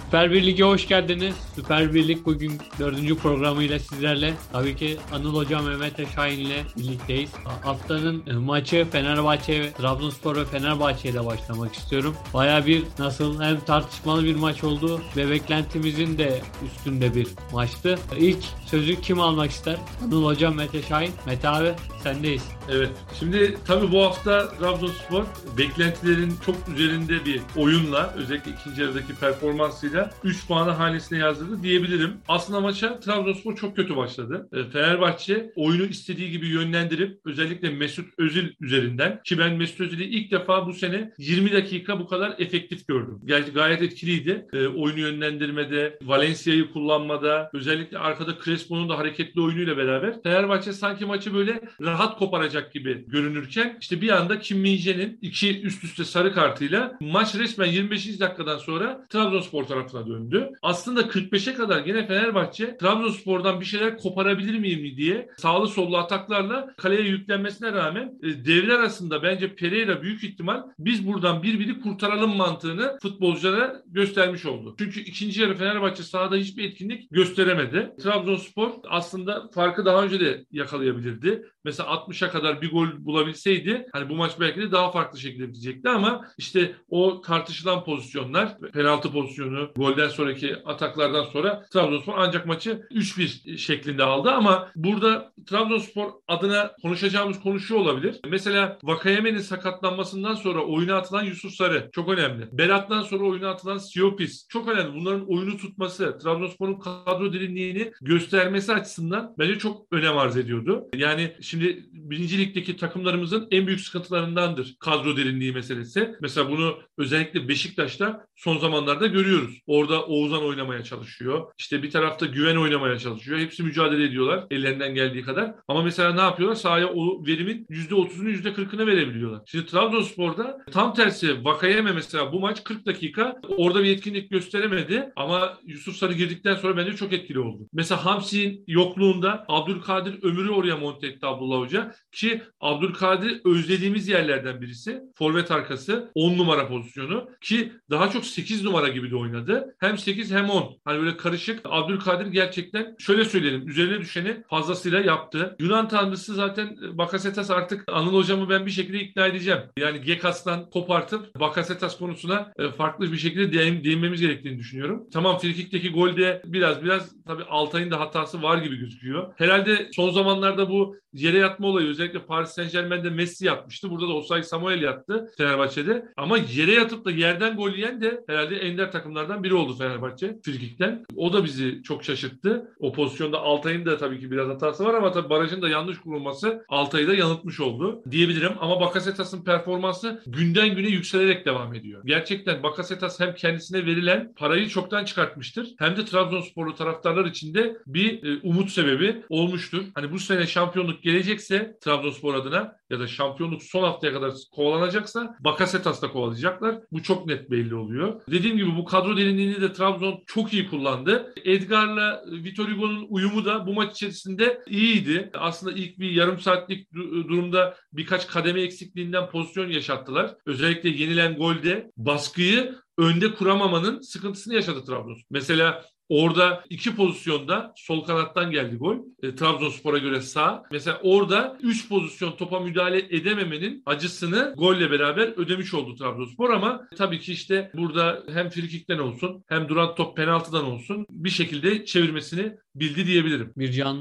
Süper Bir Lig'e hoş geldiniz. Süper Bir Lig bugün 4. programıyla sizlerle. Tabii ki Anıl Hoca Mehmet Şahin ile birlikteyiz. Haftanın maçı Fenerbahçe, Trabzonspor ve Fenerbahçe ile başlamak istiyorum. Baya bir hem tartışmalı bir maç oldu ve beklentimizin de üstünde bir maçtı. İlk sözü kim almak ister? Anıl Hoca, Mehmet Şahin. Mete abi sendeyiz. Evet. Şimdi tabii bu hafta Trabzonspor beklentilerin çok üzerinde bir oyunla, özellikle ikinci yarıdaki performansıyla 3 puanı hanesine yazdırdı diyebilirim. Aslında maça Trabzonspor çok kötü başladı. Fenerbahçe oyunu istediği gibi yönlendirip özellikle Mesut Özil üzerinden, ki ben Mesut Özil'i ilk defa bu sene 20 dakika bu kadar efektif gördüm. Gerçi gayet etkiliydi. Oyunu yönlendirmede, Valencia'yı kullanmada, özellikle arkada Crespo'nun da hareketli oyunuyla beraber Fenerbahçe sanki maçı böyle rahat koparacak gibi görünürken işte bir anda Kim Min-jae'nin 2 üst üste sarı kartıyla maç resmen 25. dakikadan sonra Trabzonspor tarafına döndü. Aslında 45'e kadar yine Fenerbahçe Trabzonspor'dan bir şeyler koparabilir miyim diye sağlı sollu ataklarla kaleye yüklenmesine rağmen devre arasında bence Pereira büyük ihtimal biz buradan birbiri kurtaralım mantığını futbolculara göstermiş oldu. Çünkü ikinci yarı Fenerbahçe sahada hiçbir etkinlik gösteremedi. Trabzonspor aslında farkı daha önce de yakalayabilirdi. Mesela 60'a kadar bir gol bulabilseydi hani bu maç belki de daha farklı şekilde bitecekti ama işte o tartışılan pozisyonlar, penaltı pozisyonu, golden sonraki ataklardan sonra Trabzonspor ancak maçı 3-1 şeklinde aldı ama burada Trabzonspor adına konuşacağımız konu şu olabilir. Mesela Vakayeme'nin sakatlanmasından sonra oyuna atılan Yusuf Sarı çok önemli. Berat'tan sonra oyuna atılan Siopis çok önemli. Bunların oyunu tutması, Trabzonspor'un kadro derinliğini göstermesi açısından bence çok önem arz ediyordu. Yani şimdi birinci ligdeki takımlarımızın en büyük sıkıntılarındandır kadro derinliği meselesi. Mesela bunu özellikle Beşiktaş'ta son zamanlarda görüyoruz. Orada Oğuzhan oynamaya çalışıyor. İşte bir tarafta Güven oynamaya çalışıyor. Hepsi mücadele ediyorlar ellerinden geldiği kadar. Ama mesela ne yapıyorlar? Sahaya o verimin %30'unu %40'ını verebiliyorlar. Şimdi Trabzonspor'da tam tersi Vakayeme mesela bu maç 40 dakika orada bir etkinlik gösteremedi ama Yusuf Sarı girdikten sonra bence çok etkili oldu. Mesela Hamsi'nin yokluğunda Abdülkadir Ömür'ü oraya monte etti Abdullah Hoca ki Abdülkadir özlediğimiz yerlerden birisi. Forvet arkası 10 numara pozisyonu ki daha çok 8 numara gibi de oynadı. Hem 8 hem 10. Hani böyle karışık. Abdülkadir gerçekten şöyle söyleyelim üzerine düşeni fazlasıyla yaptı. Yunan tanrısı zaten Bakasetas artık Anıl hocamı ben bir şekilde ikna edeceğim. Yani Gekas'tan kopartıp Bakasetas konusuna farklı bir şekilde değinmemiz gerektiğini düşünüyorum. Tamam frikіктeki golde biraz tabii Altay'ın da hatası var gibi gözüküyor. Herhalde son zamanlarda bu yere yatma olayı özellikle Paris Saint-Germain'de Messi yatmıştı. Burada da Osayi Samuel yattı Fenerbahçe'de. Ama yere yatıp da yerden gol yiyen de herhalde ender takımlardan biri oldu Fenerbahçe frikikten. O da bizi çok şaşırttı. O pozisyonda Altay'ın da tabii ki biraz hatası var ama tabii barajın da yanlış kurulması Altay'ı da yanıltmış oldu diyebilirim. Ama Bakasetas'ın performansı günden güne yükselerek devam ediyor. Gerçekten Bakasetas hem kendisine verilen parayı çoktan çıkartmıştır hem de Trabzonsporlu taraftarlar için de bir umut sebebi olmuştur. Hani bu sene şampiyonluk gelecekse Trabzonspor adına ya da şampiyonluk son haftaya kadar kovalanacaksa Bakasetas'ta kovalayacaklar. Bu çok net belli oluyor. Dediğim gibi bu kadro derinliğini de Trabzon çok iyi kullandı. Edgar'la Vitor Hugo'nun uyumu da bu maç içerisinde iyiydi. Aslında ilk bir yarım saatlik durumda birkaç kademe eksikliğinden pozisyon yaşattılar. Özellikle yenilen golde baskıyı önde kuramamanın sıkıntısını yaşadı Trabzon. Mesela orada 2 pozisyonda sol kanattan geldi gol. Trabzonspor'a göre sağ. Mesela orada 3 pozisyon topa müdahale edememenin acısını golle beraber ödemiş oldu Trabzonspor ama tabii ki işte burada hem frikikten olsun hem duran top penaltıdan olsun bir şekilde çevirmesini bildi diyebilirim.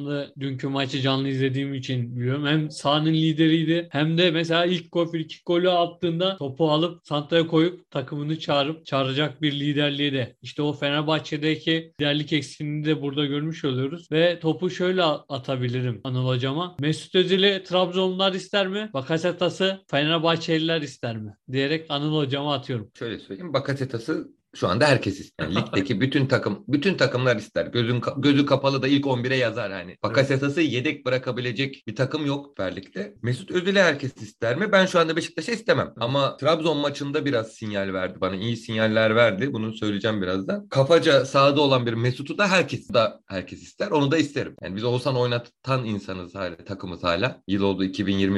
Dünkü maçı canlı izlediğim için biliyorum. Hem sahanın lideriydi hem de mesela ilk gol, frikik golü attığında topu alıp santraya koyup takımını çağıracak bir liderliği de. İşte o Fenerbahçe'deki liderlik eksikliğini de burada görmüş oluyoruz. Ve topu şöyle atabilirim Anıl hocama. Mesut Özil'i Trabzonlular ister mi? Bakasetas'ı Fenerbahçeliler ister mi? Diyerek Anıl hocama atıyorum. Şöyle söyleyeyim. Bakasetas'ı şu anda herkes ister. Yani ligdeki bütün takımlar ister. Gözü kapalı da ilk 11'e yazar hani. Bakasetas'ı yedek bırakabilecek bir takım yok Süper Lig'de. Mesut Özil'i herkes ister mi? Ben şu anda Beşiktaş'ı istemem. Ama Trabzon maçında biraz sinyal verdi bana. İyi sinyaller verdi. Bunu söyleyeceğim birazdan. Kafaca sahada olan bir Mesut'u da herkes ister. Onu da isterim. Yani biz Oğuzhan oynatan insanız hala, takımız hala. Yıl oldu 2021.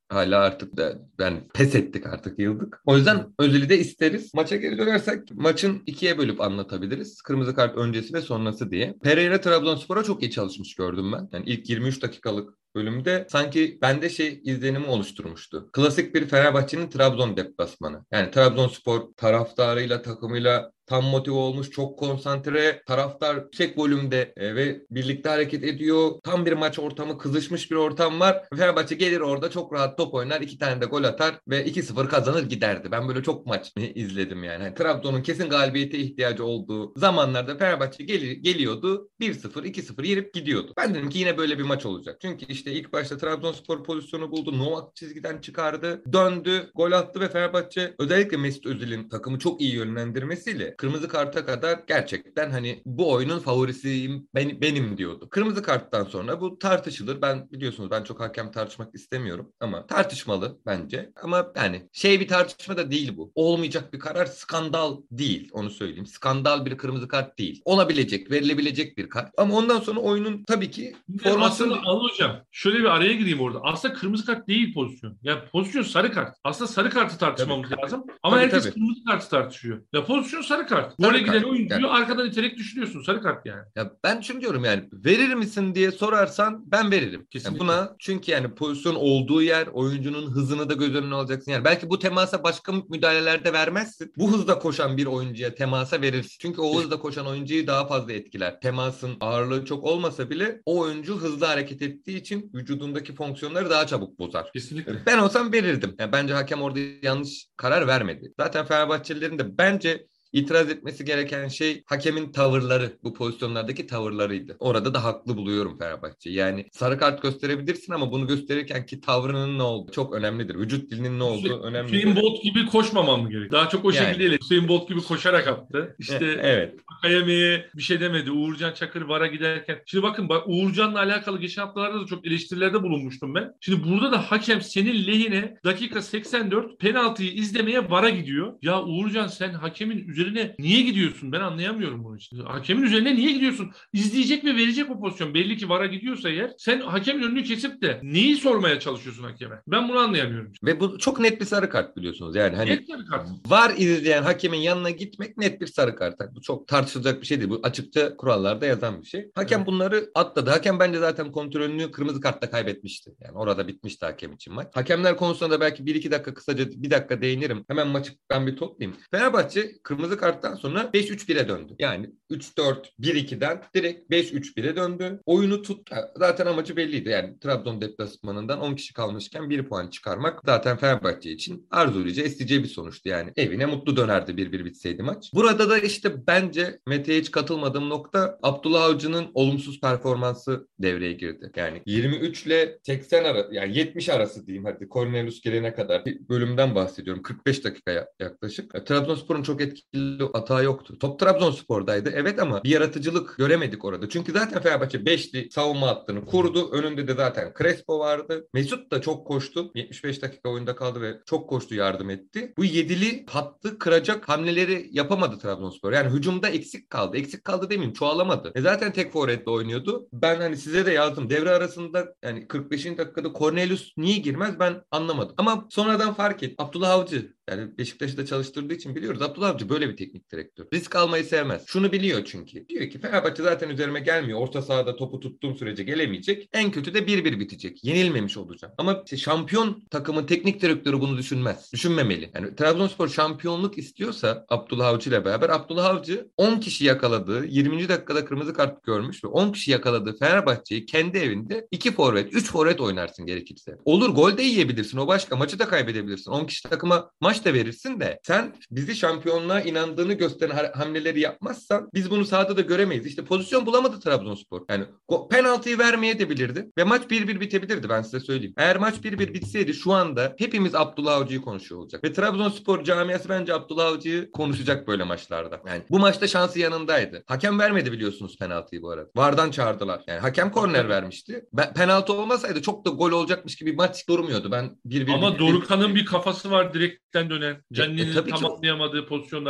hala artık da ben pes ettik artık yıldık. O yüzden Özil'i de isteriz. Maça geri dönersek maçın ikiye bölüp anlatabiliriz. Kırmızı kart öncesi ve sonrası diye. Pereira Trabzonspor'a çok iyi çalışmış gördüm ben. Yani ilk 23 dakikalık bölümde sanki bende izlenimi oluşturmuştu. Klasik bir Fenerbahçe'nin Trabzon deplasmanı. Yani Trabzonspor taraftarıyla, takımıyla tam motive olmuş, çok konsantre, taraftar yüksek volümde ve birlikte hareket ediyor. Tam bir maç ortamı, kızışmış bir ortam var. Fenerbahçe gelir orada çok rahat top oynar, 2 tane de gol atar ve 2-0 kazanır giderdi. Ben böyle çok maç izledim yani. Hani Trabzon'un kesin galibiyete ihtiyacı olduğu zamanlarda Fenerbahçe geliyordu, 1-0, 2-0 yenip gidiyordu. Ben dedim ki yine böyle bir maç olacak. Çünkü işte ilk başta Trabzonspor pozisyonu buldu, Novak çizgiden çıkardı, döndü, gol attı ve Fenerbahçe özellikle Mesut Özil'in takımı çok iyi yönlendirmesiyle kırmızı karta kadar gerçekten hani bu oyunun favorisiyim benim diyordu. Kırmızı karttan sonra bu tartışılır. Ben biliyorsunuz ben çok hakem tartışmak istemiyorum ama tartışmalı bence. Ama yani bir tartışma da değil bu. Olmayacak bir karar, skandal değil, onu söyleyeyim. Skandal bir kırmızı kart değil. Olabilecek, verilebilecek bir kart. Ama ondan sonra oyunun tabii ki formasyonu... Aslında Anıl Hocam şöyle bir araya gireyim orada. Aslında kırmızı kart değil pozisyon. Yani pozisyon sarı kart. Aslında sarı kartı tartışmamız lazım. Ama herkes kırmızı kartı tartışıyor. Ya pozisyon sarı kart. Gole giden oyuncuyu arkadan iterek düşürüyorsun. Sarı kart yani. Ya ben şunu diyorum yani verir misin diye sorarsan ben veririm. Kesinlikle. Yani buna çünkü yani pozisyon olduğu yer, oyuncunun hızını da göz önüne alacaksın. Yani belki bu temasa başka müdahalelerde vermezsin. Bu hızda koşan bir oyuncuya temasa verirsin. Çünkü o hızda koşan oyuncuyu daha fazla etkiler. Temasın ağırlığı çok olmasa bile o oyuncu hızlı hareket ettiği için vücudundaki fonksiyonları daha çabuk bozar. Kesinlikle. Ben olsam verirdim. Yani bence hakem orada yanlış karar vermedi. Zaten Fenerbahçelilerin de bence İtiraz etmesi gereken şey hakemin tavırları, bu pozisyonlardaki tavırlarıydı. Orada da haklı buluyorum Fenerbahçe'yi. Yani sarı kart gösterebilirsin ama bunu gösterirken ki tavrının ne olduğu çok önemlidir. Vücut dilinin ne olduğu önemlidir. Hüseyin Bolt gibi koşmamam mı gerek? Daha çok o şekilde değil. Hüseyin Bolt gibi koşarak attı. İşte evet. Akayeme'ye bir şey demedi. Uğurcan Çakır VAR'a giderken. Şimdi bakın Uğurcan'la alakalı geçen haftalarda da çok eleştirilerde bulunmuştum ben. Şimdi burada da hakem senin lehine dakika 84 penaltıyı izlemeye VAR'a gidiyor. Ya Uğurcan sen hakemin üzerine niye gidiyorsun? Ben anlayamıyorum bunu işte. Hakemin üzerine niye gidiyorsun? İzleyecek ve verecek o pozisyon. Belli ki VAR'a gidiyorsa eğer sen hakemin önünü kesip de neyi sormaya çalışıyorsun hakeme? Ben bunu anlayamıyorum. Ve bu çok net bir sarı kart biliyorsunuz. Yani hani Net sarı kart. VAR izleyen hakemin yanına gitmek net bir sarı kart. Bu çok tartışılacak bir şey değil. Bu açıkça kurallarda yazan bir şey. Hakem bunları atladı. Hakem bence zaten kontrolünü kırmızı kartla kaybetmişti. Yani orada bitmişti hakem için maç. Hakemler konusunda da belki 1-2 dakika kısaca bir dakika değinirim. Hemen maçı ben bir toplayayım. Fenerbahçe kırmızı karttan sonra 5-3-1'e döndü. Yani 3-4-1-2'den direkt 5-3-1'e döndü. Oyunu tut. Zaten amacı belliydi. Yani Trabzon deplasmanından 10 kişi kalmışken 1 puan çıkarmak zaten Fenerbahçe için arzulayacağı, isteyeceği bir sonuçtu. Yani evine mutlu dönerdi 1-1 bitseydi maç. Burada da işte bence Mete'ye hiç katılmadığım nokta Abdullah Avcı'nın olumsuz performansı devreye girdi. Yani 23 ile 80 arası yani 70 arası diyeyim hadi Cornelius gelene kadar bir bölümden bahsediyorum. 45 dakikaya yaklaşık. Trabzonspor'un çok etkili hata yoktu. Top Trabzonspor'daydı evet ama bir yaratıcılık göremedik orada. Çünkü zaten Fenerbahçe 5'li savunma hattını kurdu. Önünde de zaten Crespo vardı. Mesut da çok koştu. 75 dakika oyunda kaldı ve çok koştu, yardım etti. Bu 7'li hattı kıracak hamleleri yapamadı Trabzonspor. Yani hücumda eksik kaldı. Eksik kaldı demeyeyim, çoğalamadı. Zaten tek forvetle oynuyordu. Ben hani size de yazdım. Devre arasında yani 45. dakikada Cornelius niye girmez ben anlamadım. Ama sonradan fark et. Abdullah Avcı yani Beşiktaş'ı da çalıştırdığı için biliyoruz. Abdullah Avcı böyle bir teknik direktör. Risk almayı sevmez. Şunu biliyor çünkü. Diyor ki Fenerbahçe zaten üzerime gelmiyor. Orta sahada topu tuttuğum sürece gelemeyecek. En kötü de 1-1 bitecek. Yenilmemiş olacağım. Ama işte şampiyon takımın teknik direktörü bunu düşünmez. Düşünmemeli. Yani Trabzonspor şampiyonluk istiyorsa Abdullah Avcı ile beraber Abdullah Avcı 10 kişi yakaladığı 20. dakikada kırmızı kart görmüş ve 10 kişi yakaladığı Fenerbahçe'yi kendi evinde 2 forvet, 3 forvet oynarsın gerekirse. Olur gol de yiyebilirsin. O başka. Maçı da kaybedebilirsin. 10 kişi takıma maç da verirsin de sen bizi şampiyonluğa inandığını gösteren hamleleri yapmazsan biz bunu sahada da göremeyiz. İşte pozisyon bulamadı Trabzonspor. Yani penaltıyı vermeye de bilirdi ve maç 1-1 bitebilirdi, ben size söyleyeyim. Eğer maç 1-1 bitseydi şu anda hepimiz Abdullah Avcı'yı konuşuyor olacak. Ve Trabzonspor camiası bence Abdullah Avcı'yı konuşacak böyle maçlarda. Yani bu maçta şansı yanındaydı. Hakem vermedi biliyorsunuz penaltıyı bu arada. VAR'dan çağırdılar. Yani hakem korner vermişti. Penaltı olmasaydı çok da gol olacakmış gibi maç durmuyordu. Ben 1-1 ama Dorukhan'ın bir kafası var direkten dönen. Canini'nin tabii tamamlayamadığı pozisyonlar.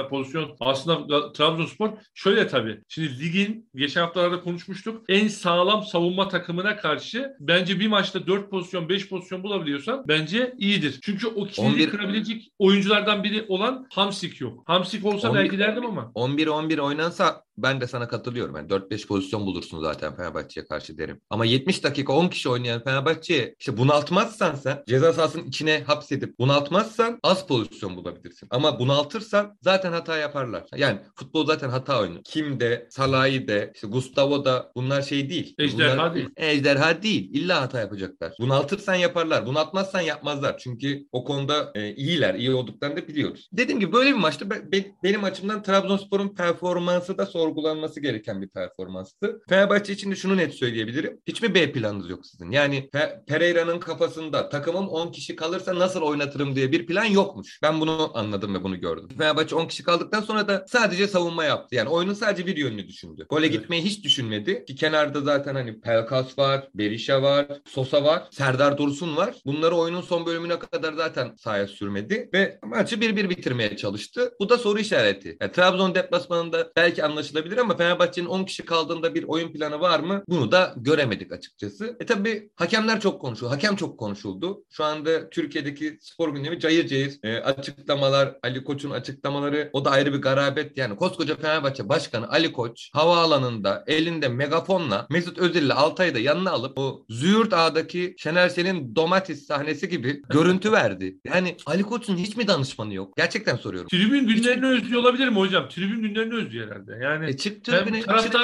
pozisyon. Aslında Trabzonspor şöyle tabii. Şimdi ligin geçen haftalarda konuşmuştuk. En sağlam savunma takımına karşı bence bir maçta 4 pozisyon 5 pozisyon bulabiliyorsan bence iyidir. Çünkü o kilidi kırabilecek oyunculardan biri olan Hamsik yok. Hamsik olsa belki derdim ama. 11-11 oynansa ben de sana katılıyorum. Yani 4-5 pozisyon bulursun zaten Fenerbahçe'ye karşı derim. Ama 70 dakika 10 kişi oynayan Fenerbahçe'ye işte bunaltmazsan sen ceza sahasının içine hapsedip bunaltmazsan az pozisyon bulabilirsin. Ama bunaltırsan zaten hata yaparlar. Yani futbol zaten hata oyunu. Kim de, Salah'ı de, işte Gustavo da bunlar şey değil. Ejderha değil. Ejderha değil. İlla hata yapacaklar. Bunaltırsan yaparlar. Bunaltmazsan yapmazlar. Çünkü o konuda iyiler. İyi olduklarını da biliyoruz. Dediğim gibi böyle bir maçta benim açımdan Trabzonspor'un performansı da sorgulanması gereken bir performanstı. Fenerbahçe için de şunu net söyleyebilirim. Hiç mi B planınız yok sizin? Yani Pereira'nın kafasında takımım 10 kişi kalırsa nasıl oynatırım diye bir plan yokmuş. Ben bunu anladım ve bunu gördüm. Fenerbahçe 10 kişi kaldıktan sonra da sadece savunma yaptı. Yani oyunun sadece bir yönünü düşündü. Gole gitmeyi hiç düşünmedi. Ki kenarda zaten hani Pelkas var, Berisha var, Sosa var, Serdar Dursun var. Bunları oyunun son bölümüne kadar zaten sahaya sürmedi ve maçı 1-1 bitirmeye çalıştı. Bu da soru işareti. Yani Trabzon deplasmanında belki anlaşılabilir ama Fenerbahçe'nin 10 kişi kaldığında bir oyun planı var mı? Bunu da göremedik açıkçası. Tabii hakemler çok konuşuldu. Hakem çok konuşuldu. Şu anda Türkiye'deki spor gündemi cayır cayır. Açıklamalar, Ali Koç'un açıklamaları o da ayrı bir garabet. Yani koskoca Fenerbahçe Başkanı Ali Koç havaalanında elinde megafonla Mesut Özil'le Altay'ı da yanına alıp o Züğürt Ağa'daki Şener Şen'in domates sahnesi gibi görüntü verdi. Yani Ali Koç'un hiç mi danışmanı yok? Gerçekten soruyorum. Tribün günlerini özlüyor olabilir mi hocam? Tribün günlerini özlüyor herhalde. Yani çık tribüne,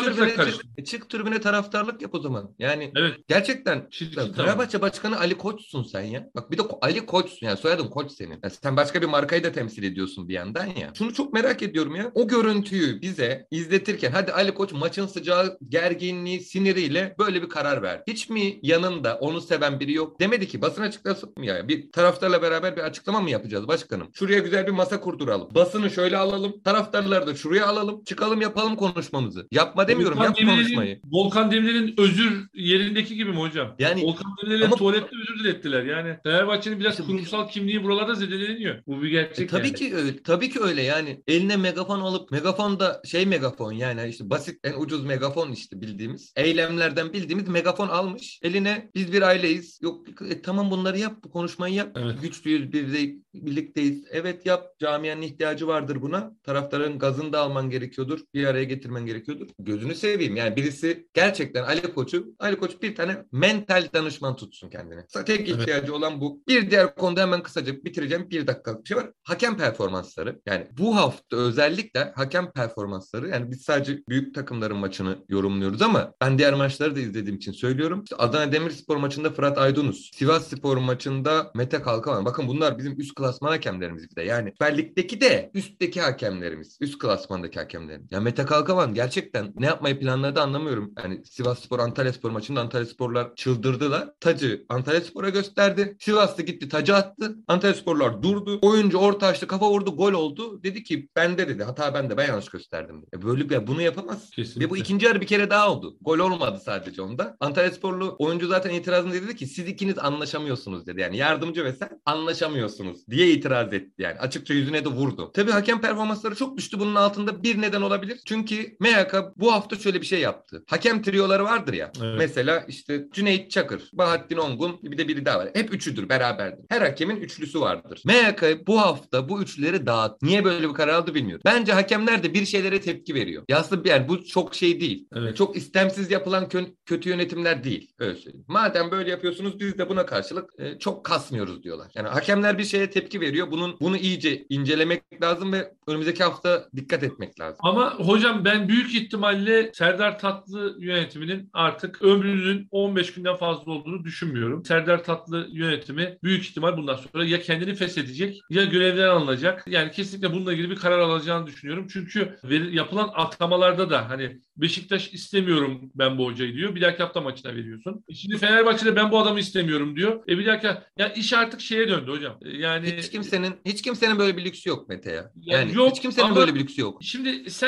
çık tribüne taraftarlık yap o zaman. Yani evet. Gerçekten Fenerbahçe tamam. Başkanı Ali Koç'sun sen ya. Bak bir de Ali Koç'sun yani soyadın Koç senin. Yani sen başka bir markayı da temsil ediyorsun bir yandan ya. Şunu çok merak ediyorum ya. O görüntüyü bize izletirken hadi Ali Koç maçın sıcağı, gerginliği, siniriyle böyle bir karar verdi. Hiç mi yanında onu seven biri yok? Demedi ki basın açıklaması mı ya? Bir taraftarla beraber bir açıklama mı yapacağız başkanım? Şuraya güzel bir masa kurduralım. Basını şöyle alalım. Taraftarları da şuraya alalım. Çıkalım yapalım konuşmamızı. Yapma demiyorum. Yap konuşmayı. Volkan Demirel'in özür yerindeki gibi mi hocam? Yani Volkan Demirel'e tuvalette özür dilettiler. Yani Fenerbahçe'nin biraz kurumsal kimliği buralarda zedeleniyor. Bu bir gerçek tabii yani. ki öyle. Tabii ki öyle yani. Eline megafon alıp megafon da megafon yani işte basit en ucuz megafon işte bildiğimiz. Eylemlerden bildiğimiz megafon almış. Eline biz bir aileyiz. Yok tamam bunları yap. Bu konuşmayı yap. Evet. Güçlüyüz birlikteyiz. Evet yap. Camianın ihtiyacı vardır buna. Taraftarın gazını da alman gerekiyordur. Bir araya getirmen gerekiyordur. Gözünü seveyim. Yani birisi gerçekten Ali Koç bir tane mental danışman tutsun kendine. Tek ihtiyacı olan bu. Bir diğer konuda hemen kısaca bitireceğim. 1 dakikalık bir şey var. Hakem performansları. Yani bu hafta özellikle hakem performansları yani biz sadece büyük takımların maçını yorumluyoruz ama ben diğer maçları da izlediğim için söylüyorum. İşte Adana Demirspor maçında Fırat Aydınus, Sivasspor maçında Mete Kalkavan. Bakın bunlar bizim üst klasman hakemlerimiz bir de. Yani Süper Lig'deki de üstteki hakemlerimiz. Üst klasmandaki hakemlerimiz. Ya Mete Kalkavan gerçekten ne yapmayı planladı anlamıyorum. Yani Sivasspor Antalyaspor maçında Antalyasporlar çıldırdılar. Tacı Antalyaspor'a gösterdi. Sivas'ta gitti tacı attı. Antalyasporlar durdu. Oyuncu orta açtı kafa vurdu gol oldu. Dedi ki bende dedi. Hata bende ben yanlış gösterdim dedi. Böyle bir bunu yapamaz. Kesinlikle. Ve bu ikinci yarı bir kere daha oldu. Gol olmadı sadece onda. Antalyasporlu oyuncu zaten itirazını dedi ki siz ikiniz anlaşamıyorsunuz dedi. Yani yardımcı ve sen anlaşamıyorsunuz diye itiraz etti. Yani açıkça yüzüne de vurdu. Tabii hakem performansları çok düştü. Bunun altında bir neden olabilir. Çünkü MHK bu hafta şöyle bir şey yaptı. Hakem triyoları vardır ya. Evet. Mesela işte Cüneyt Çakır, Bahattin Ongun bir de biri daha var. Hep üçüdür beraberdir. Her hakemin üçlüsü vardır. MHK bu hafta bu üçlüleri dağıt. Niye böyle bir karar aldı bilmiyorum. Bence hakemler de bir şeylere tepki veriyor. Ya aslında yani bu çok şey değil. Evet. Çok istemsiz yapılan kötü yönetimler değil. Öyle söyleyeyim. Madem böyle yapıyorsunuz biz de buna karşılık çok kasmıyoruz diyorlar. Yani hakemler bir şeye tepki veriyor. Bunu iyice incelemek lazım ve önümüzdeki hafta dikkat etmek lazım. Ama hocam ben büyük ihtimalle Serdar Tatlı yönetiminin artık ömrünün 15 günden fazla olduğunu düşünmüyorum. Serdar Tatlı yönetimi büyük ihtimal bundan sonra ya kendini feshedecek ya görevden alınacak. Yani kesinlikle bununla ilgili bir karar alacağını düşünüyorum. Çünkü yapılan atamalarda da hani Beşiktaş istemiyorum ben bu hocayı diyor. Bir dahaki hafta maçına veriyorsun. Şimdi Fenerbahçe'de ben bu adamı istemiyorum diyor. Bir dahaki ya iş artık şeye döndü hocam. Yani hiç kimsenin böyle bir lüksü yok Mete ya. Yani yok, hiç kimsenin böyle bir lüksü yok. Şimdi sen de şimdi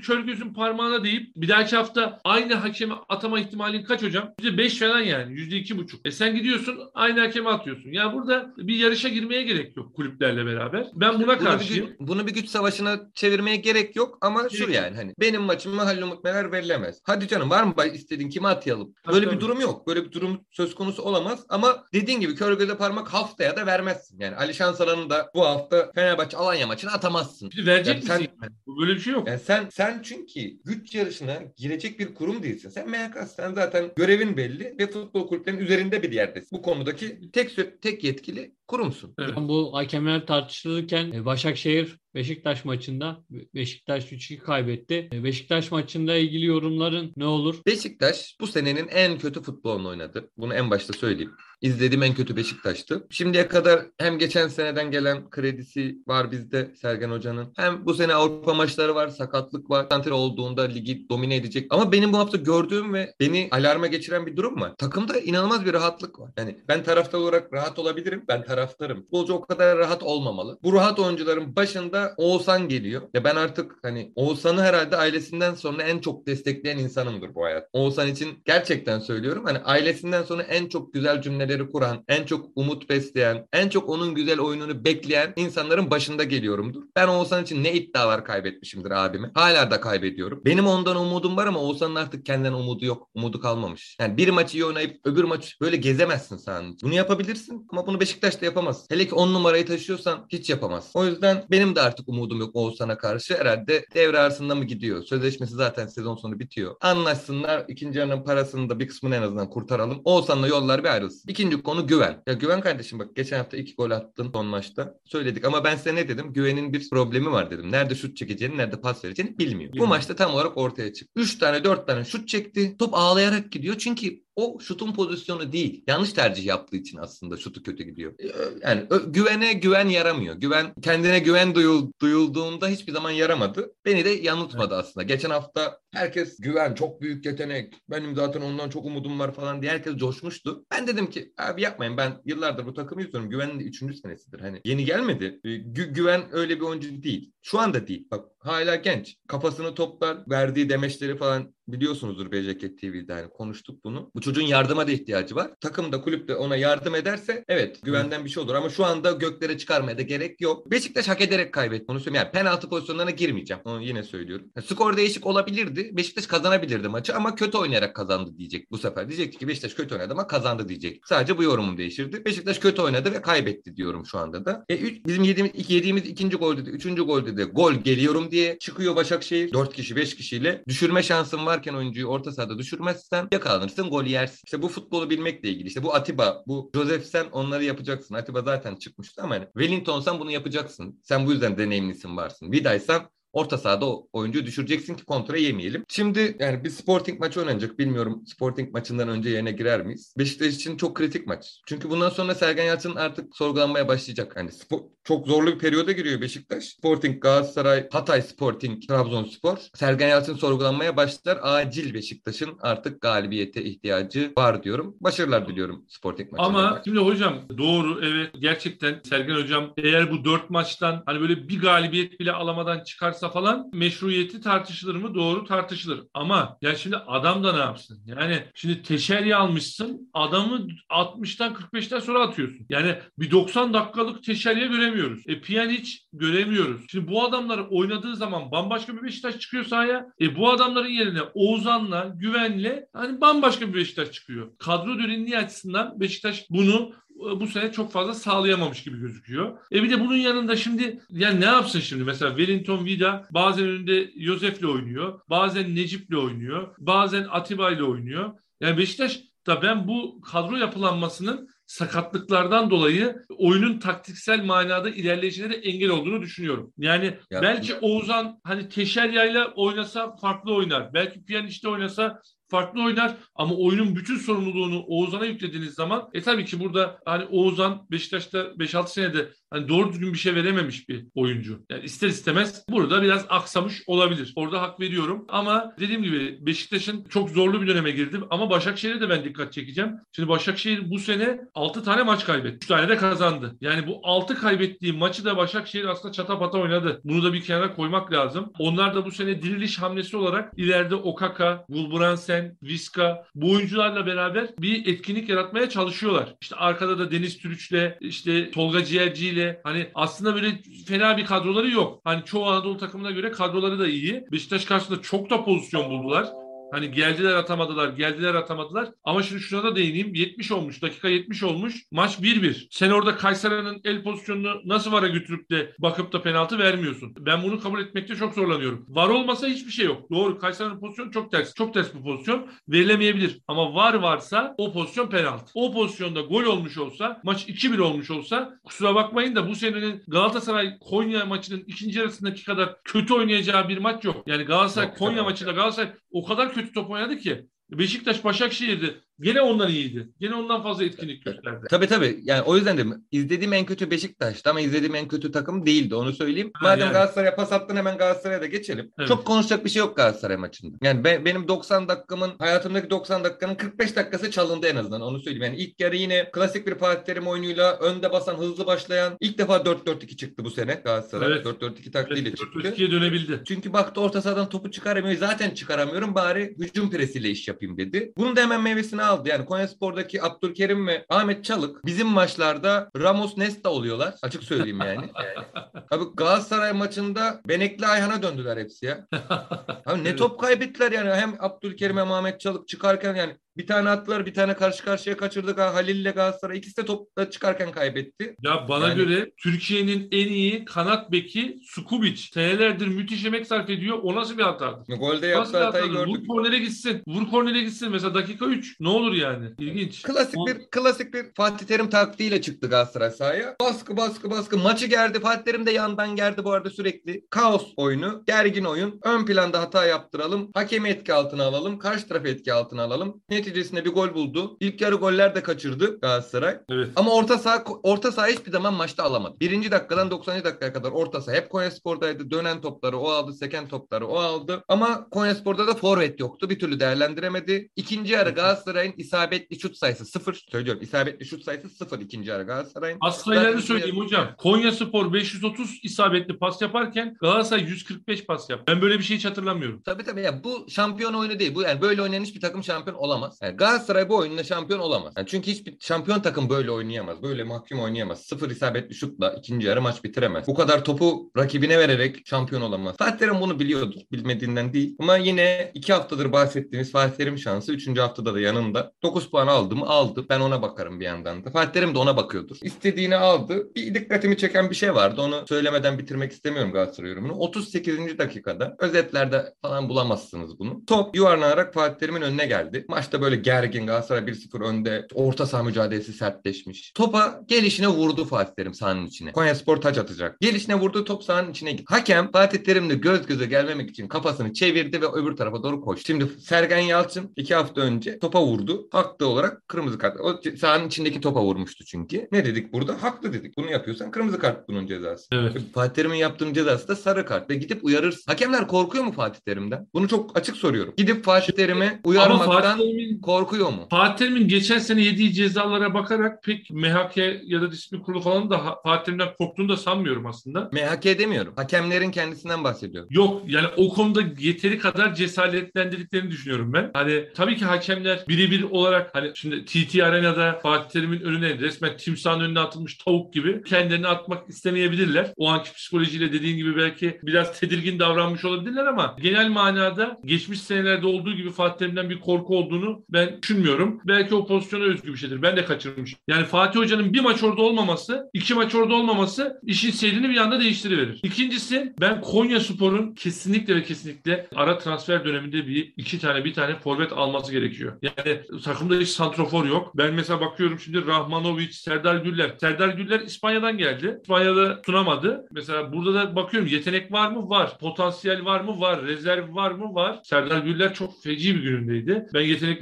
kör gözün parmağına deyip bir dahaki hafta aynı hakeme atama ihtimalin kaç hocam? %5 falan yani. %2,5. Sen gidiyorsun aynı hakeme atıyorsun. Ya burada bir yarışa girmeye gerek yok kulüplerle beraber. Ben buna karşıyım. Bunu bir güç savaşına çevirmeye gerek yok ama şu yani hani benim maçıma Halil Umut Meler verilemez. Hadi canım var mı istediğin kime atayalım? Böyle bir durum yok. Böyle bir durum söz konusu olamaz ama dediğin gibi kör göze parmak haftaya da vermezsin. Yani Ali Şansalan'ın da bu hafta Fenerbahçe Alanya maçını atamazsın. Şimdi verecek misin? Böyle bir şey yok. Yani sen çünkü güç yarışına girecek bir kurum değilsin. Sen MHK, sen zaten görevin belli ve futbol kulüplerinin üzerinde bir yerdesin. Bu konudaki tek yetkili kurumsun. Evet. Bu hakemler tartışılırken Başakşehir Beşiktaş maçında Beşiktaş 3-2 kaybetti. Beşiktaş maçında ilgili yorumların ne olur? Beşiktaş bu senenin en kötü futbolunu oynadı. Bunu en başta söyleyeyim. İzlediğim en kötü Beşiktaş'tı. Şimdiye kadar hem geçen seneden gelen kredisi var bizde Sergen Hoca'nın. Hem bu sene Avrupa maçları var, sakatlık var. Santre olduğunda ligi domine edecek. Ama benim bu hafta gördüğüm ve beni alarma geçiren bir durum var. Takımda inanılmaz bir rahatlık var. Yani ben taraftar olarak rahat olabilirim. Ben taraftarım. Futbolcu o kadar rahat olmamalı. Bu rahat oyuncuların başında Oğuzhan geliyor. Ya ben artık hani Oğuzhan'ı herhalde ailesinden sonra en çok destekleyen insanımdır bu hayat. Oğuzhan için gerçekten söylüyorum. Hani ailesinden sonra en çok güzel cümleleri kuran, en çok umut besleyen, en çok onun güzel oyununu bekleyen insanların başında geliyorumdur. Ben Oğuzhan için ne iddialar kaybetmişimdir abime. Hala da kaybediyorum. Benim ondan umudum var ama Oğuzhan'ın artık kendinden umudu yok. Umudu kalmamış. Yani bir maçı iyi oynayıp öbür maç böyle gezemezsin sahanın. Bunu yapabilirsin ama bunu Beşiktaş'ta yapamaz. Hele ki 10 numarayı taşıyorsan hiç yapamaz. O yüzden benim de artık umudum yok Oğuzhan'a karşı. Herhalde devre arasında mı gidiyor? Sözleşmesi zaten sezon sonu bitiyor. Anlaşsınlar. İkinci yarının parasını da bir kısmını en azından kurtaralım. Oğuzhan'la yollar bir ayrılsın. İkinci konu güven. Ya güven kardeşim bak geçen hafta 2 gol attın son maçta. Söyledik ama ben size ne dedim? Güvenin bir problemi var dedim. Nerede şut çekeceğini, nerede pas vereceğini bilmiyor. Bu maçta tam olarak ortaya çıktı. 3 tane 4 tane şut çekti. Top ağlayarak gidiyor. Çünkü o şutun pozisyonu değil. Yanlış tercih yaptığı için aslında şutu kötü gidiyor. Yani güven yaramıyor. Kendine güven duyulduğunda hiçbir zaman yaramadı. Beni de yanıltmadı aslında. Geçen hafta herkes güven çok büyük yetenek. Benim zaten ondan çok umudum var falan diye herkes coşmuştu. Ben dedim ki abi yapmayın. Ben yıllardır bu takımı izliyorum. Güven'in de 3. senesidir. Hani yeni gelmedi. Güven öyle bir oyuncu değil. Şu anda değil. Bak hala genç. Kafasını toplar. Verdiği demeçleri falan biliyorsunuzdur BJK TV'de hani konuştuk bunu. Bu çocuğun yardıma da ihtiyacı var. Takım da kulüp de ona yardım ederse evet güvenden bir şey olur ama şu anda göklere çıkarmaya da gerek yok. Beşiktaş hak ederek kaybetti. Onu söyleyeyim. Yani penaltı pozisyonlarına girmeyeceğim. Onu yine söylüyorum. Yani skor değişik olabilirdi. Beşiktaş kazanabilirdi maçı ama kötü oynayarak kazandı diyecek bu sefer. Diyecekti ki Beşiktaş kötü oynadı ama kazandı diyecek. Sadece bu yorumum değişirdi. Beşiktaş kötü oynadı ve kaybetti diyorum şu anda da. Bizim yediğimiz ikinci golde de, üçüncü golde de gol geliyorum diye çıkıyor Başakşehir. 4 kişi 5 kişiyle düşürme şansın varken oyuncuyu orta sahada düşürmezsen yakalanırsın gol yersin. İşte bu futbolu bilmekle ilgili. İşte bu Atiba, bu Josefsen onları yapacaksın. Atiba zaten çıkmıştı ama hani Wellington'san bunu yapacaksın. Sen bu yüzden deneyimlisin varsın. Vida'ysan orta sahada o oyuncuyu düşüreceksin ki kontra yemeyelim. Şimdi yani bir Sporting maçı oynanacak. Bilmiyorum Sporting maçından önce yerine girer miyiz? Beşiktaş için çok kritik maç. Çünkü bundan sonra Sergen Yalçın artık sorgulanmaya başlayacak. Yani çok zorlu bir periyoda giriyor Beşiktaş. Sporting, Galatasaray, Hatay Sporting, Trabzonspor. Sergen Yalçın sorgulanmaya başlar. Acil Beşiktaş'ın artık galibiyete ihtiyacı var diyorum. Başarılar diliyorum Sporting maçına. Ama şimdi hocam doğru evet gerçekten Sergen hocam eğer bu 4 maçtan hani böyle bir galibiyet bile alamadan çıkarsa falan meşruiyeti tartışılır mı? Doğru tartışılır. Ama ya şimdi adam da ne yapsın? Yani şimdi teşerri almışsın adamı 60'tan 45'ten sonra atıyorsun. Yani bir 90 dakikalık teşerriye göremiyoruz. Pjanic göremiyoruz. Şimdi bu adamlar oynadığı zaman bambaşka bir Beşiktaş çıkıyor sahaya. Bu adamların yerine Oğuzhan'la, Güven'le hani bambaşka bir Beşiktaş çıkıyor. Kadro derinliği açısından Beşiktaş bunu bu sene çok fazla sağlayamamış gibi gözüküyor. Bir de bunun yanında şimdi yani ne yapsın şimdi? Mesela Wellington Vida bazen önünde Josef'le oynuyor. Bazen Necip'le oynuyor. Bazen Atiba'yla oynuyor. Yani Beşiktaş da ben bu kadro yapılanmasının sakatlıklardan dolayı oyunun taktiksel manada ilerleyişine de engel olduğunu düşünüyorum. Yani belki Oğuzhan hani Teşerya'yla oynasa farklı oynar. Belki Pjanic'te oynasa farklı oynar ama oyunun bütün sorumluluğunu Oğuzhan'a yüklediğiniz zaman tabii ki burada hani Oğuzhan Beşiktaş'ta 5-6 senede hani doğru düzgün bir şey verememiş bir oyuncu. Yani ister istemez burada biraz aksamış olabilir. Orada hak veriyorum. Ama dediğim gibi Beşiktaş'ın çok zorlu bir döneme girdi. Ama Başakşehir'e de ben dikkat çekeceğim. Şimdi Başakşehir bu sene 6 tane maç kaybetti. 3 tane de kazandı. Yani bu 6 kaybettiği maçı da Başakşehir aslında çatapata oynadı. Bunu da bir kenara koymak lazım. Onlar da bu sene diriliş hamlesi olarak ileride Okaka, Gulbrandsen, Viska bu oyuncularla beraber bir etkinlik yaratmaya çalışıyorlar. İşte arkada da Deniz Türüç'le, işte Tolga Ciğerci'yle, hani aslında böyle fena bir kadroları yok. Hani çoğu Anadolu takımına göre kadroları da iyi. Beşiktaş karşısında çok da pozisyon buldular. Hani geldiler atamadılar, geldiler atamadılar. Ama şimdi şuna da değineyim. 70 olmuş, dakika 70 olmuş. Maç 1-1. Sen orada Kayseri'nin el pozisyonunu nasıl VAR'a götürüp de bakıp da penaltı vermiyorsun? Ben bunu kabul etmekte çok zorlanıyorum. VAR olmasa hiçbir şey yok. Doğru, Kayseri'nin pozisyonu çok ters. Çok ters bir pozisyon. Verilemeyebilir. Ama VAR varsa o pozisyon penaltı. O pozisyonda gol olmuş olsa, maç 2-1 olmuş olsa, kusura bakmayın da bu senenin Galatasaray-Konya maçının ikinci yarısındaki kadar kötü oynayacağı bir maç yok. Yani Galatasaray-Konya maçında Galatasaray o kadar kötü top oynadı ki. Beşiktaş Başakşehir'di. Gene ondan iyiydi. Gene ondan fazla etkinlik gösterdi. Tabii. Yani o yüzden de izlediğim en kötü Beşiktaş'tı ama izlediğim en kötü takım değildi. Onu söyleyeyim. Madem yani. Galatasaray'a pas attın, hemen Galatasaray'a da geçelim. Evet. Çok konuşacak bir şey yok Galatasaray maçında. Yani benim 90 dakikamın, hayatımdaki 90 dakikanın 45 dakikası çalındı en azından. Onu söyleyeyim. Yani ilk yarı yine klasik bir Fatih Terim oyunuyla önde basan, hızlı başlayan, ilk defa 4-4-2 çıktı bu sene Galatasaray. Evet. 4-4-2 taktiğiyle çıktı. 4-4-2'ye dönebildi. Çünkü baktı orta sahadan topu çıkaramıyor. Zaten çıkaramıyorum. Bari hücum presiyle iş yapayım dedi. Bunun da hemen meyvesini aldı. Yani Konyaspor'daki Abdülkerim ve Ahmet Çalık bizim maçlarda Ramos Nesta oluyorlar. Açık söyleyeyim yani. Abi Galatasaray maçında Benekli Ayhan'a döndüler hepsi ya. Abi ne top kaybettiler yani. Hem Abdülkerim hem Ahmet Çalık çıkarken yani bir tane attılar, bir tane karşı karşıya kaçırdık. Halil ile Galatasaray ikisi de topla çıkarken kaybetti. Ya bana göre Türkiye'nin en iyi kanat beki Sukubic. Senelerdir müthiş emek sarf ediyor. O nasıl bir hatadır? Golde yaptığı hatayı gördük. Vur kornere gitsin. Vur kornere gitsin. Mesela dakika 3. Ne olur yani? İlginç. Klasik bir Fatih Terim taktiğiyle çıktı Galatasaray sahaya. Baskı. Maçı gerdi. Fatih Terim de yandan gerdi bu arada sürekli. Kaos oyunu, gergin oyun. Ön planda hata yaptıralım. Hakemi etki altına alalım. Karşı tarafı etki altına alalım. Neticesinde bir gol buldu. İlk yarı goller de kaçırdı Galatasaray. Evet. Ama orta saha hiçbir zaman maçta alamadı. 1. dakikadan 90. dakikaya kadar orta saha hep Konyaspor'daydı. Dönen topları o aldı, seken topları o aldı. Ama Konyaspor'da da forvet yoktu. Bir türlü değerlendiremedi. İkinci yarı Galatasaray'ın isabetli şut sayısı 0. Söylüyorum, isabetli şut sayısı 0 ikinci yarı Galatasaray'ın. Sayılarını söyleyeyim hocam. Konyaspor 530 isabetli pas yaparken Galatasaray 145 pas yaptı. Ben böyle bir şey hiç hatırlamıyorum. Tabii ya, bu şampiyon oyunu değil. Bu yani böyle oynayan hiçbir takım şampiyon olamaz. Yani Galatasaray bu oyunla şampiyon olamaz. Yani çünkü hiçbir şampiyon takım böyle oynayamaz. Böyle mahkum oynayamaz. 0 isabetli şutla ikinci yarı maç bitiremez. Bu kadar topu rakibine vererek şampiyon olamaz. Fatih Terim bunu biliyordur. Bilmediğinden değil. Ama yine 2 haftadır bahsettiğimiz Fatih Terim şansı 3. haftada da yanında. 9 puan aldı mı? Aldı. Ben ona bakarım bir yandan da. Fatih Terim de ona bakıyordur. İstediğini aldı. Bir dikkatimi çeken bir şey vardı. Onu söylemeden bitirmek istemiyorum Galatasaray yorumunu. 38. dakikada özetlerde falan bulamazsınız bunu. Top yuvarlanarak Fatih Terim'in önüne geldi. Maçta böyle gergin, Galatasaray 1-0 önde. Orta saha mücadelesi sertleşmiş. Topa gelişine vurdu Fatih Terim sahanın içine. Konyaspor taç atacak. Gelişine vurdu, top sahanın içine gitti. Hakem Fatih Terim'le göz göze gelmemek için kafasını çevirdi ve öbür tarafa doğru koştu. Şimdi Sergen Yalçın 2 hafta önce topa vurdu. Haklı olarak kırmızı kart. O sahanın içindeki topa vurmuştu çünkü. Ne dedik burada? Haklı dedik. Bunu yapıyorsan kırmızı kart bunun cezası. Evet. Fatih Terim'in yaptığının cezası da sarı kart. Ve gidip uyarırsın. Hakemler korkuyor mu Fatih Terim'den? Bunu çok açık soruyorum. Gidip Fatih Terim'e uyarmaktan korkuyor mu? Fatih Terim'in geçen sene yediği cezalara bakarak pek MHK ya da disiplin kurulu falan da Fatih Terim'den korktuğunu da sanmıyorum aslında. MHK demiyorum. Hakemlerin kendisinden bahsediyorum. Yok yani o konuda yeteri kadar cesaretlendirdiklerini düşünüyorum ben. Hani tabii ki hakemler birebir olarak hani şimdi TT Arena'da Fatih Terim'in önüne resmen timsahın önüne atılmış tavuk gibi kendilerini atmak istemeyebilirler. O anki psikolojiyle dediğin gibi belki biraz tedirgin davranmış olabilirler ama genel manada geçmiş senelerde olduğu gibi Fatih Terim'den bir korku olduğunu ben düşünmüyorum. Belki o pozisyona özgü bir şeydir. Ben de kaçırmışım. Yani Fatih Hoca'nın bir maç orada olmaması, 2 maç orada olmaması işin seyrini bir anda değiştiriverir. İkincisi ben Konyaspor'un kesinlikle ara transfer döneminde bir tane forvet alması gerekiyor. Yani takımda hiç santrofor yok. Ben mesela bakıyorum şimdi Rahmanovic, Serdar Güller. Serdar Güller İspanya'dan geldi. İspanya'da tutunamadı. Mesela burada da bakıyorum yetenek var mı? Var. Potansiyel var mı? Var. Rezerv var mı? Var. Serdar Güller çok feci bir günündeydi. Ben yetenekli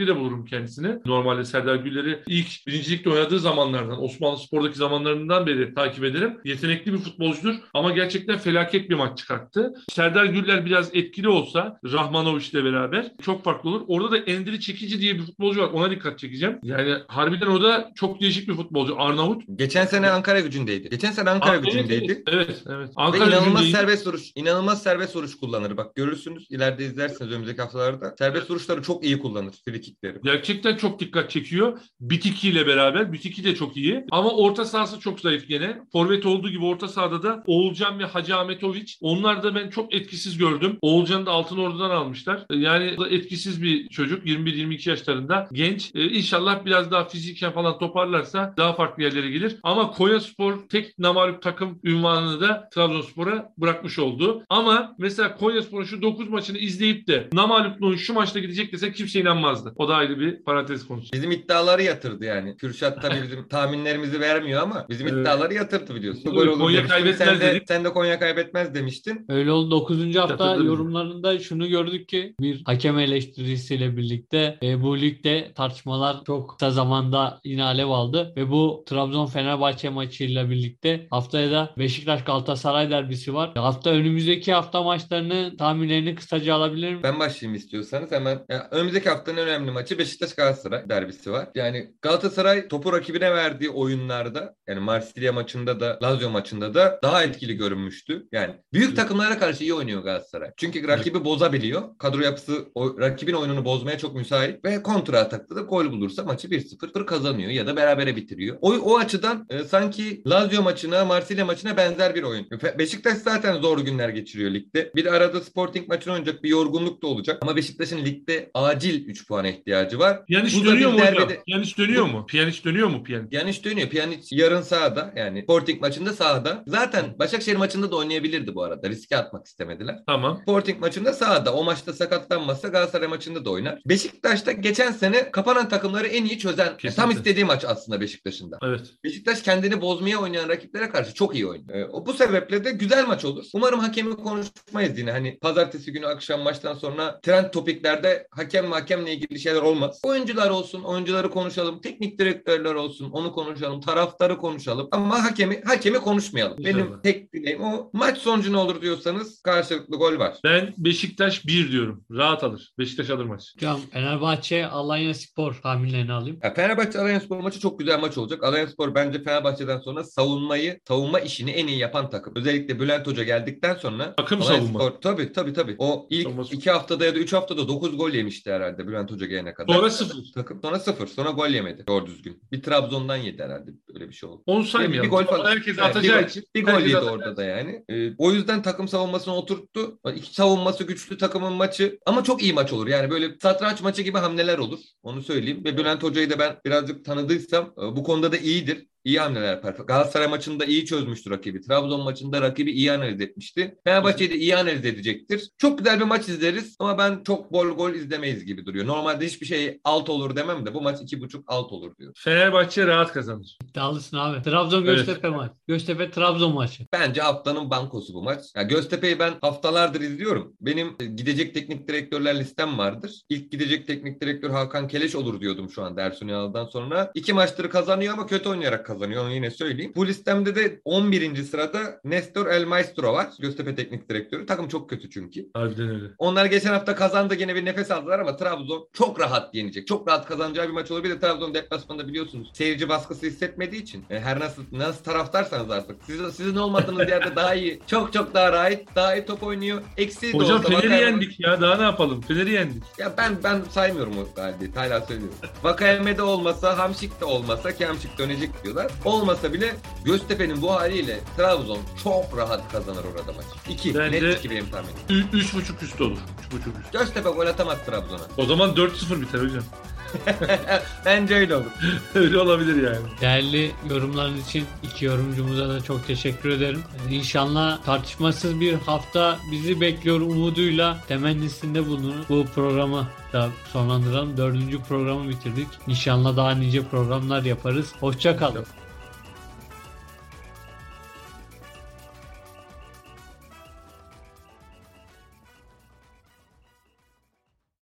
yetenekli de bulurum kendisini. Normalde Serdar Güller'i ilk birincilikte oynadığı zamanlardan, Osmanlıspor'daki zamanlarından beri takip ederim. Yetenekli bir futbolcudur ama gerçekten felaket bir maç çıkarttı. Serdar Güller biraz etkili olsa Rahmanovic'le beraber çok farklı olur. Orada da Endiri Çekici diye bir futbolcu var. Ona dikkat çekeceğim. Yani harbiden o da çok değişik bir futbolcu. Arnavut. Geçen sene Ankara Gücü'ndeydi. Evet. Ve Ankara inanılmaz Gücü'ndeydi. serbest vuruş kullanır. Bak görürsünüz, ileride izlersiniz önümüzdeki haftalarda. Serbest vuruşları çok iyi kullanır, frikikleri. Gerçekten çok dikkat çekiyor. Bitiki ile beraber. Bitiki de çok iyi. Ama orta sahası çok zayıf gene. Forvet olduğu gibi orta sahada da Oğulcan ve Hacı Ahmetoviç. Onlar da ben çok etkisiz gördüm. Oğulcan'ı da Altınordu'dan almışlar. Yani etkisiz bir çocuk. 21-22 yaşlarında. Genç. İnşallah biraz daha fiziken falan toparlarsa daha farklı yerlere gelir. Ama Konyaspor tek namağlup takım unvanını da Trabzonspor'a bırakmış oldu. Ama mesela Konyaspor'un şu 9 maçını izleyip de namağlupluğun şu maçta gidecek dese kimse inanmazdı. O da ayrı bir parantez konusu. Bizim iddiaları yatırdı yani. Kürşat tabii bizim tahminlerimizi vermiyor ama bizim iddiaları yatırdı biliyorsun. Tabii, Konya kaybetmez dedik. Sen de Konya kaybetmez demiştin. Öyle oldu. 9. hafta Yatırdı yorumlarında şunu gördük ki bir hakem eleştirisiyle birlikte bu ligde tartışmalar çok kısa zamanda yine alev aldı ve bu Trabzon-Fenerbahçe maçıyla birlikte haftaya da Beşiktaş-Galatasaray derbisi var. Önümüzdeki hafta maçlarını tahminlerini kısaca alabilir miyim? Ben başlayayım istiyorsanız hemen. Ya, önümüzdeki haftanın en önemli maçı Beşiktaş-Galatasaray derbisi var. Yani Galatasaray topu rakibine verdiği oyunlarda yani Marsilya maçında da Lazio maçında da daha etkili görünmüştü. Yani büyük takımlara karşı iyi oynuyor Galatasaray. Çünkü rakibi bozabiliyor. Kadro yapısı rakibin oyununu bozmaya çok müsait ve kontra atakta da gol bulursa maçı 1-0 kazanıyor ya da berabere bitiriyor. O açıdan sanki Lazio maçına, Marsilya maçına benzer bir oyun. Beşiktaş zaten zor günler geçiriyor ligde. Bir de arada Sporting maçını oynayacak, bir yorgunluk da olacak. Ama Beşiktaş'ın ligde acil 3 puana ihtiyacı var. Piyaniç dönüyor mu hocam? Piyaniç dönüyor mu? Piyaniç dönüyor mu? Piyaniç dönüyor. Piyaniç yarın sahada, yani Sporting maçında sahada. Zaten Başakşehir maçında da oynayabilirdi bu arada. Riske atmak istemediler. Tamam. Sporting maçında sahada. O maçta sakatlanmazsa Galatasaray maçında da oynar. Beşiktaş'ta geçen sene kapanan takımları en iyi çözen. Tam istediği maç aslında Beşiktaş'ın da. Evet. Beşiktaş kendini bozmaya oynayan rakiplere karşı çok iyi oynuyor. Bu sebeple de güzel maç olur. Umarım hakemi konuşmayız yine. Hani pazartesi günü akşam maçtan sonra trend topiklerde hakemle ilgili şeyler olmaz. Oyuncular olsun, oyuncuları konuşalım. Teknik direktörler olsun, onu konuşalım. Taraftarı konuşalım. Ama hakemi konuşmayalım. İnşallah. Benim tek dileğim o. Maç sonucu ne olur diyorsanız karşılıklı gol var. Ben Beşiktaş 1 diyorum. Rahat alır. Beşiktaş alır maç. Hocam Fenerbahçe Alanyaspor tahminlerini alayım. Fenerbahçe Alanyaspor maçı çok güzel maç olacak. Alanyaspor bence Fenerbahçe'den sonra savunma işini en iyi yapan takım. Özellikle Bülent Hoca geldikten sonra Takım Alanyaspor, savunma. tabii. O ilk Savunması. 2 haftada ya da 3 haftada 9 gol yemişti herhalde Bülent Hoca gelene kadar. Sonra 0. Takım sonra 0. Sonra gol yemedi. Doğru düzgün. Bir Trabzon'dan yedi herhalde. Öyle bir şey oldu. Onu saymayalım. Bir gol falan. Herkes atacağı için. Bir gol herkes yedi atacağı orada da yani. O yüzden takım savunmasını oturttu. İki savunması güçlü takımın maçı. Ama çok iyi maç olur. Yani böyle satranç maçı gibi hamleler olur. Onu söyleyeyim. Ve Bülent Hoca'yı da ben birazcık tanıdıysam bu konuda da iyidir. İyi hamleler yapar. Galatasaray maçında iyi çözmüştü rakibi. Trabzon maçında rakibi iyi analiz etmişti. Fenerbahçe'yi de iyi analiz edecektir. Çok güzel bir maç izleriz ama ben çok bol gol izlemeyiz gibi duruyor. Normalde hiçbir şey alt olur demem de bu maç 2.5 alt olur diyor. Fenerbahçe rahat kazanır. İddialısın abi. Trabzon-Göztepe maç. Göztepe-Trabzon maçı. Bence haftanın bankosu bu maç. Ya Göztepe'yi ben haftalardır izliyorum. Benim gidecek teknik direktörler listem vardır. İlk gidecek teknik direktör Hakan Keleş olur diyordum şu an Ersun Yanal'dan sonra. 2 maçtır kazanıyor ama kötü oynayarak kazanıyor. Onu yine söyleyeyim. Bu listemde de 11. sırada Nestor El Maestro var. Göztepe teknik direktörü. Takım çok kötü çünkü. Harbiden öyle. Onlar geçen hafta kazandı, gene bir nefes aldılar ama Trabzon çok rahat yenecek. Çok rahat kazanacağı bir maç olur. Bir de Trabzon deplasmanında biliyorsunuz seyirci baskısı hissetmediği için her nasıl taraftarsanız artık sizin olmadığınız yerde daha iyi, çok daha rahat, daha iyi top oynuyor. Eksiği de Hocam olsa Fener'i yendik ya. Daha ne yapalım? Fener'i yendik. ya ben saymıyorum o galibi. Hala söylüyorum. Vakayeme'de olmasa, Hamşik de olmasa ki Hamşik dönecek diyorlar. Olmasa bile Göztepe'nin bu haliyle Trabzon çok rahat kazanır orada maç. 2. Bence Net 2 benim tahminim. 3.5 üstü olur. 3.5 üstü. Göztepe gol atamaz Trabzon'a. O zaman 4-0 biter hocam. Bence öyle olur. Öyle olabilir yani. Değerli yorumlarınız için iki yorumcumuza da çok teşekkür ederim. İnşallah tartışmasız bir hafta bizi bekliyor umuduyla temennisinde bulunur. Bu programı da sonlandıralım. 4. programı bitirdik. İnşallah daha nice programlar yaparız. Hoşça kalın.